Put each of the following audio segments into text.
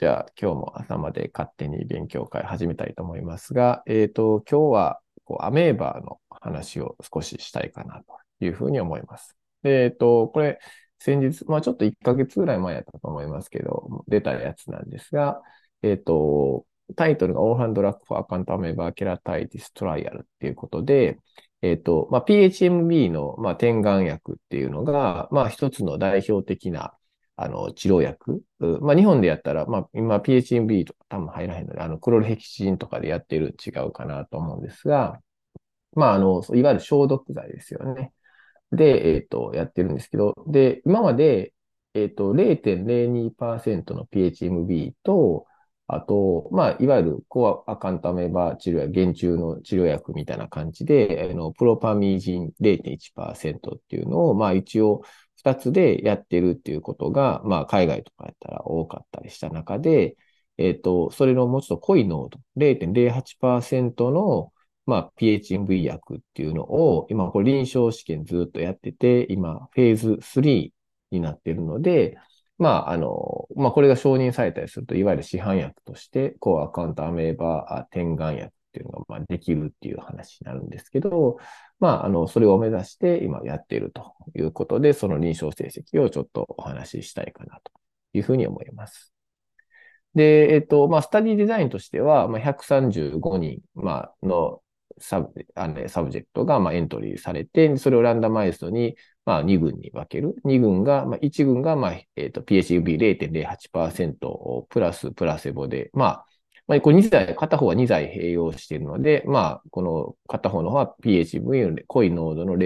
ゃあ、今日も朝まで勝手に勉強会始めたいと思いますが、今日はアメーバの話を少ししたいかなというふうに思います。で、これ、先日、ちょっと1ヶ月ぐらい前やったと思いますけど、出たやつなんですが、えっと、タイトルがオーハンドラックフォーアカントアメーバケラタイティストライアルっていうことで、PHMB の、点眼薬っていうのが、一つの代表的な治療薬。日本でやったら、今 PHMB とか多分入らへんので、クロルヘキシンとかでやってる違うかなと思うんですが、いわゆる消毒剤ですよね。で、やってるんですけど、で、今まで、0.02% の PHMB と、あと、いわゆるコアアカンタメーバ治療や原虫の治療薬みたいな感じで、プロパミジン0.1%っていうのを、一応、二つでやってるっていうことが、海外とかやったら多かったりした中で、それのもうちょっと濃い濃度、0.08%の、PHMV 薬っていうのを、今、これ臨床試験ずっとやってて、今、フェーズ3になっているので、これが承認されたりすると、いわゆる市販薬として、コアカウントアメーバ点眼薬っていうのが、できるっていう話になるんですけど、それを目指して今やっているということで、その臨床成績をちょっとお話ししたいかなというふうに思います。で、スタディデザインとしては、135人、のサブジェクトが、エントリーされて、それをランダマイズドに、2群に分ける。2群が、1群が、PHEV0.08% プラスプラセボで、これ2剤、片方は2剤併用しているので、この片方の方は PHEV の濃い濃度の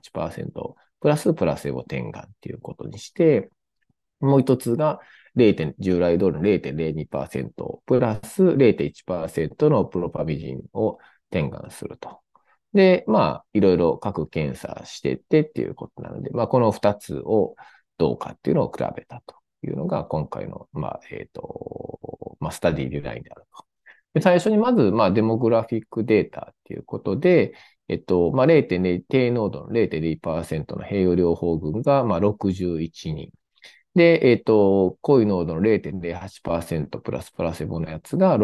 0.08%プラスプラセボ点眼っていうことにして、もう一つが0. 従来通りの0.02%プラス0.1%のプロパビジンを点眼すると。で、いろいろ各検査してってっていうことなので、この二つをどうかっていうのを比べたというのが今回の、スタディデザインであると。で最初にまず、デモグラフィックデータっていうことで、0.0、低濃度の0.2%の併用療法群が、61人。で、濃い濃度の0.08%プラスプラセボのやつが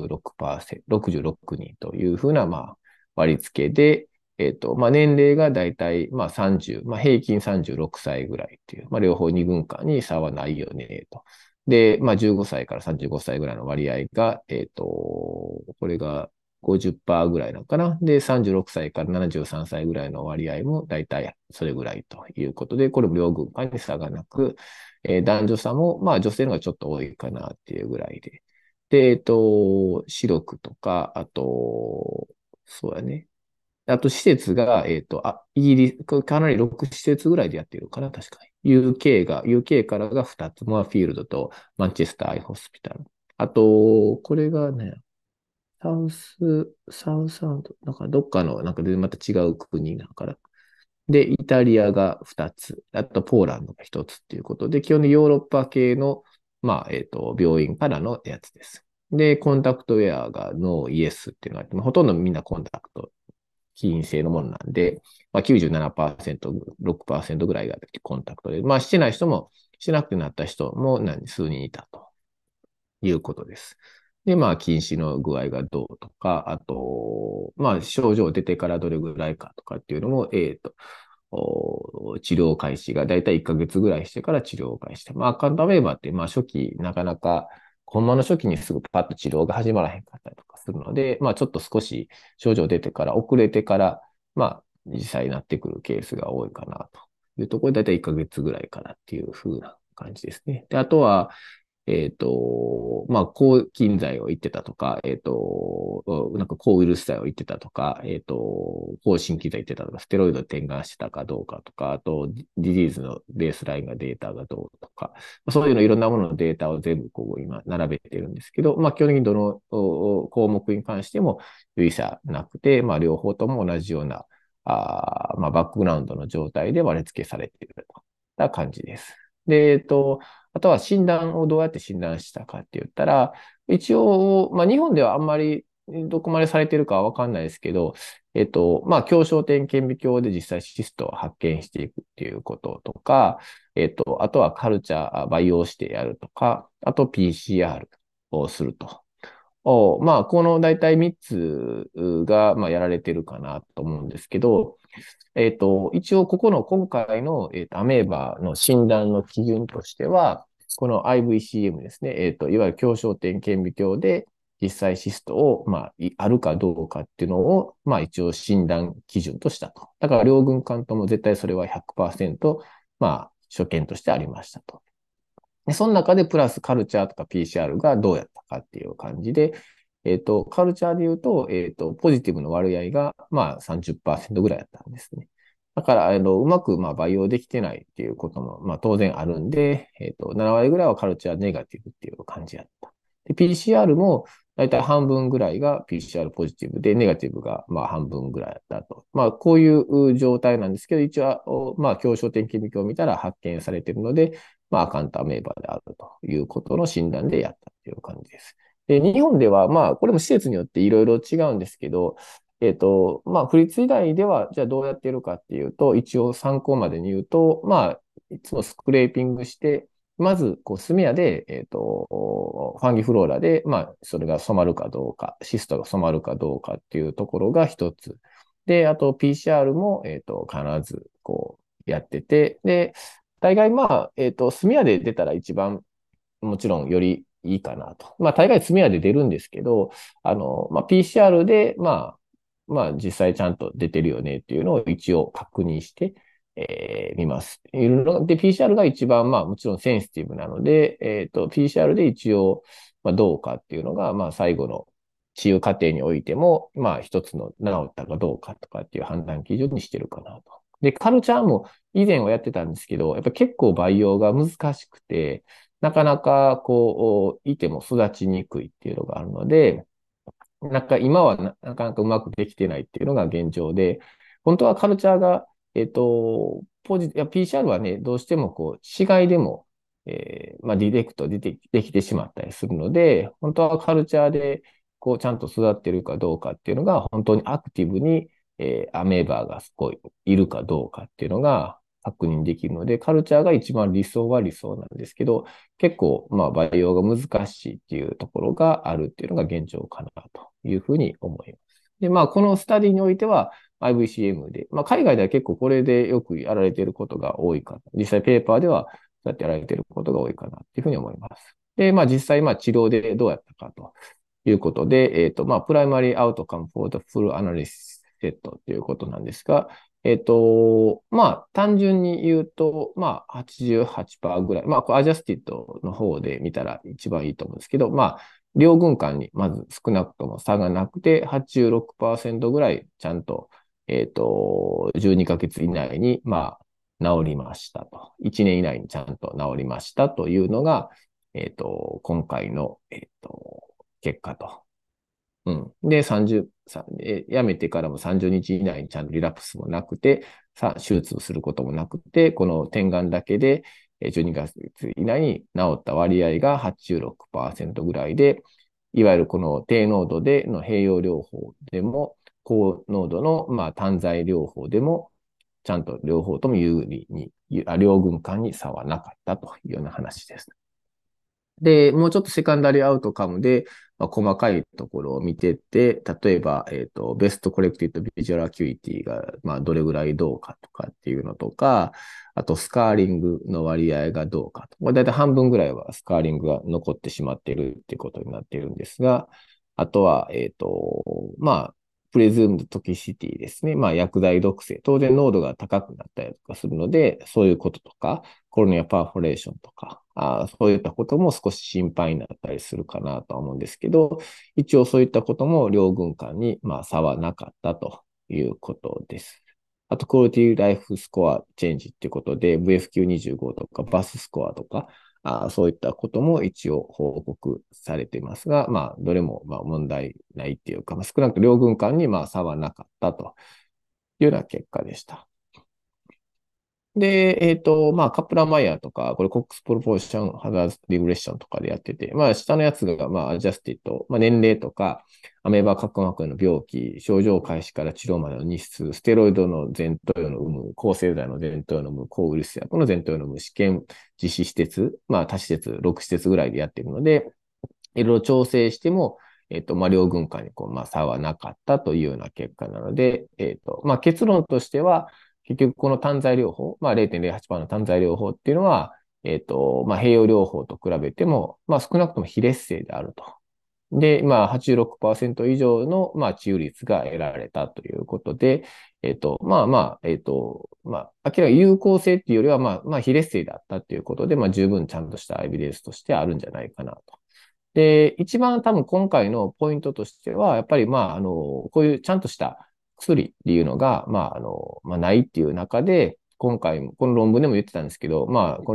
66%、66人というふうな、割り付けで、年齢がだいたい、30、平均36歳ぐらいっていう、両方2分間に差はないよね、と。で、15歳から35歳ぐらいの割合が、これが50%ぐらいなのかな。で、36歳から73歳ぐらいの割合もだいたいそれぐらいということで、これも両軍間に差がなく、男女差も、女性の方がちょっと多いかなっていうぐらいで。で、視力とか、あと、そうやね。あと施設が、イギリス、これかなり6施設ぐらいでやってるかな、確かに。UK からが2つ、モアフィールドとマンチェスターアイホスピタル。あと、これがね、サウサウンド、なんかどっかの、なんかでまた違う国だから。で、イタリアが2つ、あとポーランドが1つっていうことで、基本的にヨーロッパ系の、病院からのやつです。で、コンタクトウェアがノー、イエスっていうのがあって、ほとんどみんなコンタクト、起因性のものなんで、97%、6%ぐらいがコンタクトで、してない人も、しなくなった人も数人いたということです。で、近視の具合がどうとか、あと、症状出てからどれぐらいかとかっていうのも、治療開始がだいたい1ヶ月ぐらいしてから治療を開始して、カンタメーバーって、初期、なかなか、ほんまの初期にすぐパッと治療が始まらへんかったりとかするので、ちょっと少し症状出てから、遅れてから、実際になってくるケースが多いかなというところで、だいたい1ヶ月ぐらいかなっていう風な感じですね。で、あとは、抗菌剤を言ってたとか、なんか抗ウイルス剤を言ってたとか、抗心筋剤言ってたとか、ステロイド点眼してたかどうかとか、あと、ディジーズのベースラインがデータがどうとか、そういうのいろんなもののデータを全部今並べてるんですけど、基本的にどの項目に関しても有意差なくて、両方とも同じような、バックグラウンドの状態で割り付けされているといった感じです。で、あとは診断をどうやって診断したかって言ったら、一応、日本ではあんまりどこまでされてるかはわかんないですけど、狭小点顕微鏡で実際シストを発見していくっていうこととか、あとはカルチャー、培養してやるとか、あと PCR。 をすると。まあ、この大体3つが、まあ、やられてるかなと思うんですけど、一応、ここの今回の、アメーバの診断の基準としては、この IVCM ですね。いわゆる狭小点顕微鏡で実際シストを、まあ、あるかどうかっていうのを、まあ、一応診断基準としたと。だから、両軍艦とも絶対それは100%、まあ、所見としてありましたと。で、その中でプラスカルチャーとか PCR がどうやったかっていう感じで、カルチャーで言うと、ポジティブの割合が、まあ30%ぐらいだったんですね。だから、うまく、まあ、培養できてないっていうことも、まあ、当然あるんで、7割ぐらいはカルチャーネガティブっていう感じだった。で、PCR も、だいたい半分ぐらいが PCR ポジティブで、ネガティブが、まあ、半分ぐらいだったと。まあ、こういう状態なんですけど、一応、まあ、強小点顕微鏡を見たら発見されているので、まあ、アカンタアメーバであるということの診断でやったという感じです。で、日本では、まあ、これも施設によっていろいろ違うんですけど、まあ、府立医大では、じゃあどうやっているかっていうと、一応参考までに言うと、まあ、いつもスクレーピングして、まず、こう、スメアで、ファンギフローラで、まあ、それが染まるかどうか、シストが染まるかどうかっていうところが一つ。で、あと PCR も、必ず、こう、やってて、で、大概まあ、スメアで出たら一番もちろんよりいいかなと。まあ、大概スメアで出るんですけど、まあ、PCR で、まあ、実際ちゃんと出てるよねっていうのを一応確認して、見ます。で、PCR が一番、まあ、もちろんセンシティブなので、PCR で一応、まあ、どうかっていうのが、まあ、最後の治癒過程においても、まあ、一つの治ったかどうかとかっていう判断基準にしてるかなと。で、カルチャーも以前はやってたんですけど、やっぱ結構培養が難しくて、なかなかこう、いても育ちにくいっていうのがあるので、今はなかなかうまくできてないっていうのが現状で、本当はカルチャーが、いや、PCR はね、どうしてもこう、死骸でも、まあ、ディレクトできてしまったりするので、本当はカルチャーで、こう、ちゃんと育ってるかどうかっていうのが、本当にアクティブに、アメーバーがすごいいるかどうかっていうのが確認できるので、カルチャーが一番理想は理想なんですけど、結構、まあ、培養が難しいっていうところがあるっていうのが現状かなというふうに思います。で、まあ、このスタディにおいては IVCM で、まあ、海外では結構これでよくやられていることが多いかな。実際ペーパーではそうやってやられていることが多いかなっていうふうに思います。で、まあ、実際、まあ、治療でどうやったかということで、まあ、プライマリーアウトカムフォー the full analysis set ということなんですが、まあ、単純に言うと、まあ、88%ぐらい。まあ、アジャスティッドの方で見たら一番いいと思うんですけど、まあ、両軍間にまず少なくとも差がなくて、86%ぐらいちゃんと、12ヶ月以内に、まあ、治りましたと。1年以内にちゃんと治りましたというのが、今回の、結果と。うん。で、30、さ辞めてからも30日以内にちゃんとリラプスもなくて、手術をすることもなくて、この点眼だけで12ヶ月以内に治った割合が86%ぐらいで、いわゆるこの低濃度での併用療法でも、高濃度の、まあ、単剤療法でも、ちゃんと両方とも有利に、両軍間に差はなかったというような話です。で、もうちょっとセカンダリーアウトカムで、まあ、細かいところを見てって、例えば、ベストコレクティッドビジュアルアキュイティが、まあ、どれぐらいどうかとかっていうのとか、あと、スカーリングの割合がどうかと。まあ、だいたい半分ぐらいはスカーリングが残ってしまっているっていうことになっているんですが、あとは、まあ、プレズームドトキシティですね。まあ、薬剤毒性。当然濃度が高くなったりとかするので、そういうこととか、コロニアパーフォレーションとか、そういったことも少し心配になったりするかなとは思うんですけど、一応そういったことも両軍間に、まあ、差はなかったということです。あと、クオリティライフスコアチェンジっていうことで、VFQ25 とかバススコアとか、そういったことも一応報告されていますが、まあ、どれもまあ問題ないっていうか、まあ、少なくとも両軍間にまあ差はなかったというような結果でした。で、まあ、カップラーマイヤーとか、これ、コックスプロポーション、ハザードリグレッションとかでやってて、まあ、下のやつが、まあ、アジャスティッド、まあ、年齢とか、アメーバ角膜炎の病気、症状開始から治療までの日数、ステロイドの前頭葉の有無、抗生剤の前頭葉の有無、抗ウイルス薬の前頭葉の有無、試験実施施設、まあ、多施設、6施設ぐらいでやってるので、 いろいろ調整しても、まあ、両軍間にまあ、差はなかったというような結果なので、まあ、結論としては、結局この単剤療法、まあ、0.08%の単剤療法っていうのは、まあ、併用療法と比べても、まあ、少なくとも非劣性であると。で、まあ、86%以上の、まあ、治癒率が得られたということで、まあまあ、まあ、明らかに有効性っていうよりは、まあ、まあ、非劣性だったっていうことで、まあ、十分ちゃんとしたエビデンスとしてあるんじゃないかなと。で、一番多分今回のポイントとしては、やっぱり、まあ、こういうちゃんとした薬っていうのが、まあ、まあ、ないっていう中で、今回も、この論文でも言ってたんですけど、まあ、この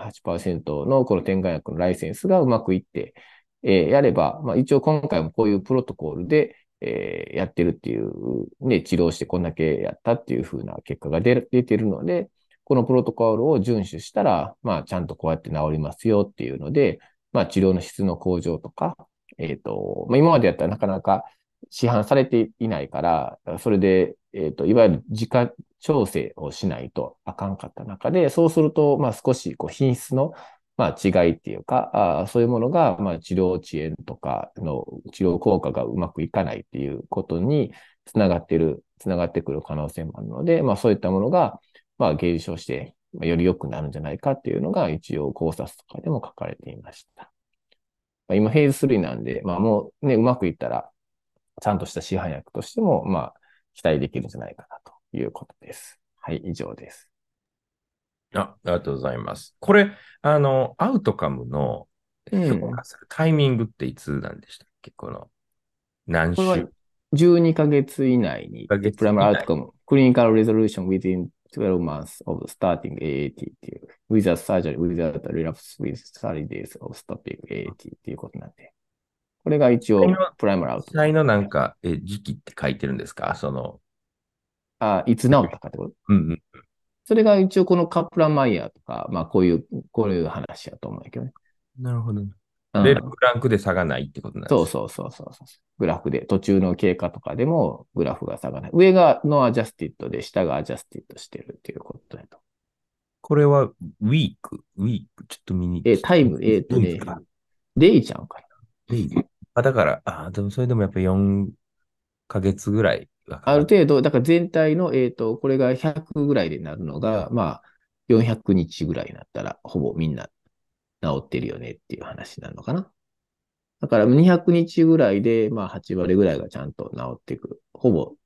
0.08%のこの点眼薬のライセンスがうまくいって、やれば、まあ、一応今回もこういうプロトコルで、やってるっていう、ね、治療してこんだけやったっていう風な結果が出てるので、このプロトコルを遵守したら、まあ、ちゃんとこうやって治りますよっていうので、まあ、治療の質の向上とか、まあ、今までやったらなかなか市販されていないから、それで、いわゆる自家調整をしないとあかんかった中で、そうすると、まあ、少しこう品質の、まあ、違いっていうか、そういうものが、まあ、治療遅延とかの治療効果がうまくいかないっていうことにつながってくる可能性もあるので、まあ、そういったものが、まあ、減少して、より良くなるんじゃないかっていうのが一応考察とかでも書かれていました。まあ、今、フェーズ3なんで、まあもうね、うまくいったら、ちゃんとした市販薬としても、まあ、期待できるんじゃないかなということです。はい、以上です。 ありがとうございます。これ、アウトカムのう評価ん。 するタイミングっていつなんでしたっけ？この何これは週 12ヶ月以内に、 ヶプライマ月以内。 ルアウトカム、クリニカルレゾリューション within 12 months of starting AAT っていう、without surgery, without relapse with 30 days of stopping AAT っていうことなんで、これが一応実際の、 プライマルアウトカム。 実際のなんか、時期って書いてるんですか？その、 いつ治ったかってこと。 うんうん。 それが一応このカプランマイヤーとか、まあこういう話やと思うんだけどね。 なるほど。で、 うん。 ランクで差がないってことなんです。 そう。グラフで、途中の経過とかでもグラフが下がない。上がのアジャスティッドで、下がアジャスティッドしてるっていうことだと。 これは、ウィーク、ちょっと見に、ちタイム、 ょっとデイズか。 デイちゃんかな。 デイズ。だから、でもそれでもやっぱ4ヶ月ぐらいはかかる。 ある程度、だから全体の、これが100ぐらいでなるのが、まあ、400日ぐらいになったら、ほぼみんな治ってるよねっていう話になるのかな。だから200日ぐらいで、まあ8割ぐらいがちゃんと治ってくる。ほぼ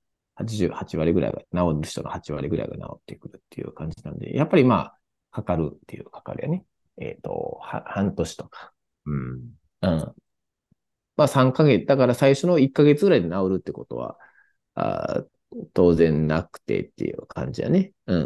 88割ぐらいが、治る人の8割ぐらいが治ってくるっていう感じなんで、やっぱりまあ、かかるよね。半年とか。 うん。 うん。まあ3ヶ月、だから最初の1ヶ月ぐらいで治るってことは、当然なくてっていう感じやね。うん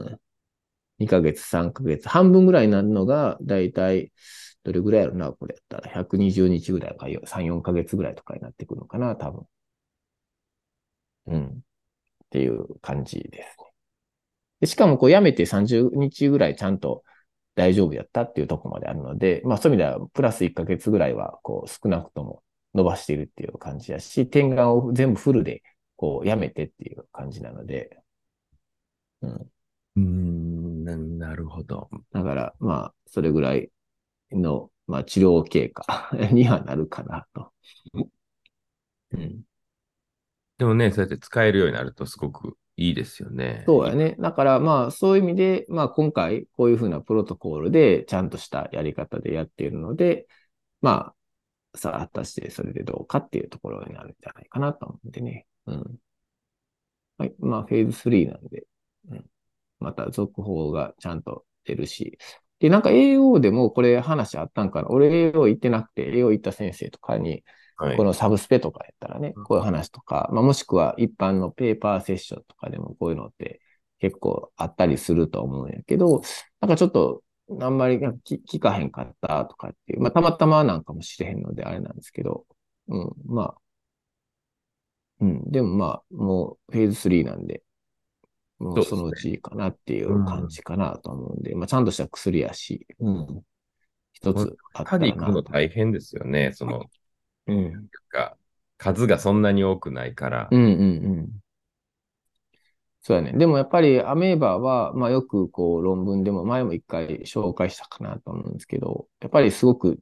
。2ヶ月、3ヶ月、半分ぐらいになるのが、だいたい、どれぐらいやろな、これやったら。120日ぐらいか、3、4ヶ月ぐらいとかになってくるのかな、多分。うん。っていう感じですね。でしかも、こう、やめて30日ぐらいちゃんと大丈夫やったっていうところまであるので、まあ、そういう意味では、プラス1ヶ月ぐらいは、こう、少なくとも伸ばしているっていう感じやし、点眼を全部フルで、こう、やめてっていう感じなので、うん。 なるほど。 だから、まあ、それぐらいの、まあ、治療経過にはなるかなと。うん。 でもね、そうやって使えるようになるとすごくいいですよね。 そうやね。だから、まあ、そういう意味で、まあ、今回、こういうふうなプロトコールで、ちゃんとしたやり方でやっているので、まあ、さあ、果たしてそれでどうかっていうところになるんじゃないかなと思ってね。うん。はい。まあ、フェーズ3なんで、うん。また続報がちゃんと出るし。で、なんか AO でもこれ話あったんかな。俺 AO 行ってなくて、AO 行った先生とかに、 はい。 このサブスペとかやったらね、こういう話とか、まあ、もしくは一般のペーパーセッションとかでもこういうのって結構あったりすると思うんやけど、なんかちょっとあんまり聞かへんかったとかっていう、まあたまたまなんかもしれへんのであれなんですけど、うん、まあ、うん、でもまあ、もうフェーズ3なんで、もうそのうそうですね。 ちかなっていうう感ん。 じかなと思うんで、まあちゃんとした薬やし、うん、一これ、 つあったタディ組むのらなと。 大変ですよね。その、 うん、 が数がそんなに多くないから。 うん。そうやね。でもやっぱりアメーバは、まあよく論文でも前も一回紹介したかなと思うんですけど、やっぱりすごく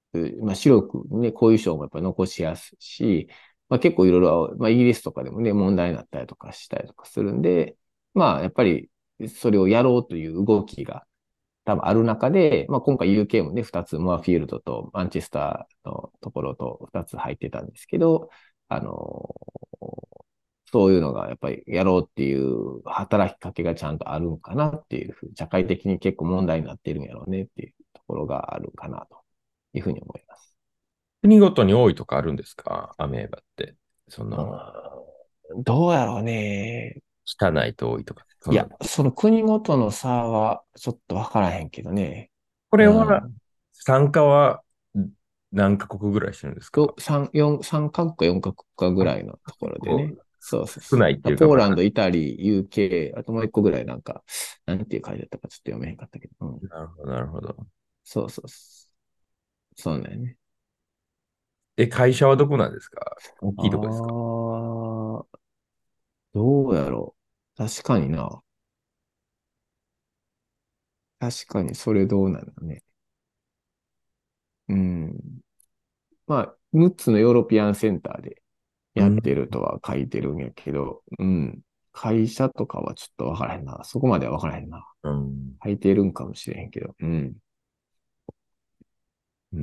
まあ、白くね、後遺症もやっぱり残しやすいし、まあ、結構いろいろ、まあ、イギリスとかでもね、問題になったりとかしたりとかするんで、まあ、やっぱり、それをやろうという動きが多分ある中で、まあ、今回 UK もね、2つ、モアフィールドとマンチェスターのところと2つ入ってたんですけど、あの、そういうのがやっぱりやろうっていう働きかけがちゃんとあるんかなっていうふう、社会的に結構問題になってるんやろうねっていうところがあるかなというふうに思います。 国ごとに多いとかあるんですかアメーバって。その、 どうやろうね。 汚いと多いとか。そいや、 んな。 その国ごとの差はちょっとわからへんけどね。 これは、 うん。 参加は何カ国ぐらいしてるんですか？ 3カ国か4カ国かぐあ、 らいのとこ結構ろでね。そうそう少そう。 ないっていうか、まあ、 ポーランド、イタリー、UK、あともう一個ぐらいなんか、なんていう書いてあったかちょっと読めへんかったけど。うん。 なるほど、なるほど。 そうそうそう。そうなんよね。 会社はどこなんですか？大あきいとこですか？ ー、どうやろう。確かにな。確かにそれどうなんだね。うん。まあ、6つのヨーロピアンセンターでうん。 やってるとは書いてるんやけど、うん。会社とかはちょっとわからへんな。そこまではわからへんな。 うん。 書いてるんかもしれへんけど。うん。 うん。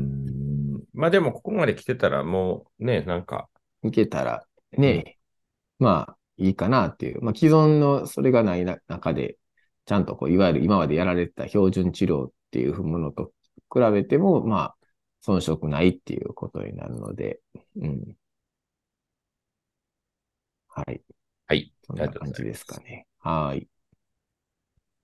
まあでも、ここまで来てたら、もうね、なんか、 いけたらうん。 ね、まあいいかなっていう。まあ既存のそれがない中で、ちゃんとこう、いわゆる今までやられてた標準治療っていうものと比べても、まあ、遜色ないっていうことになるので、うん。はい。 はい。 そんありがとうごな感じでざいます。 すかね。はい。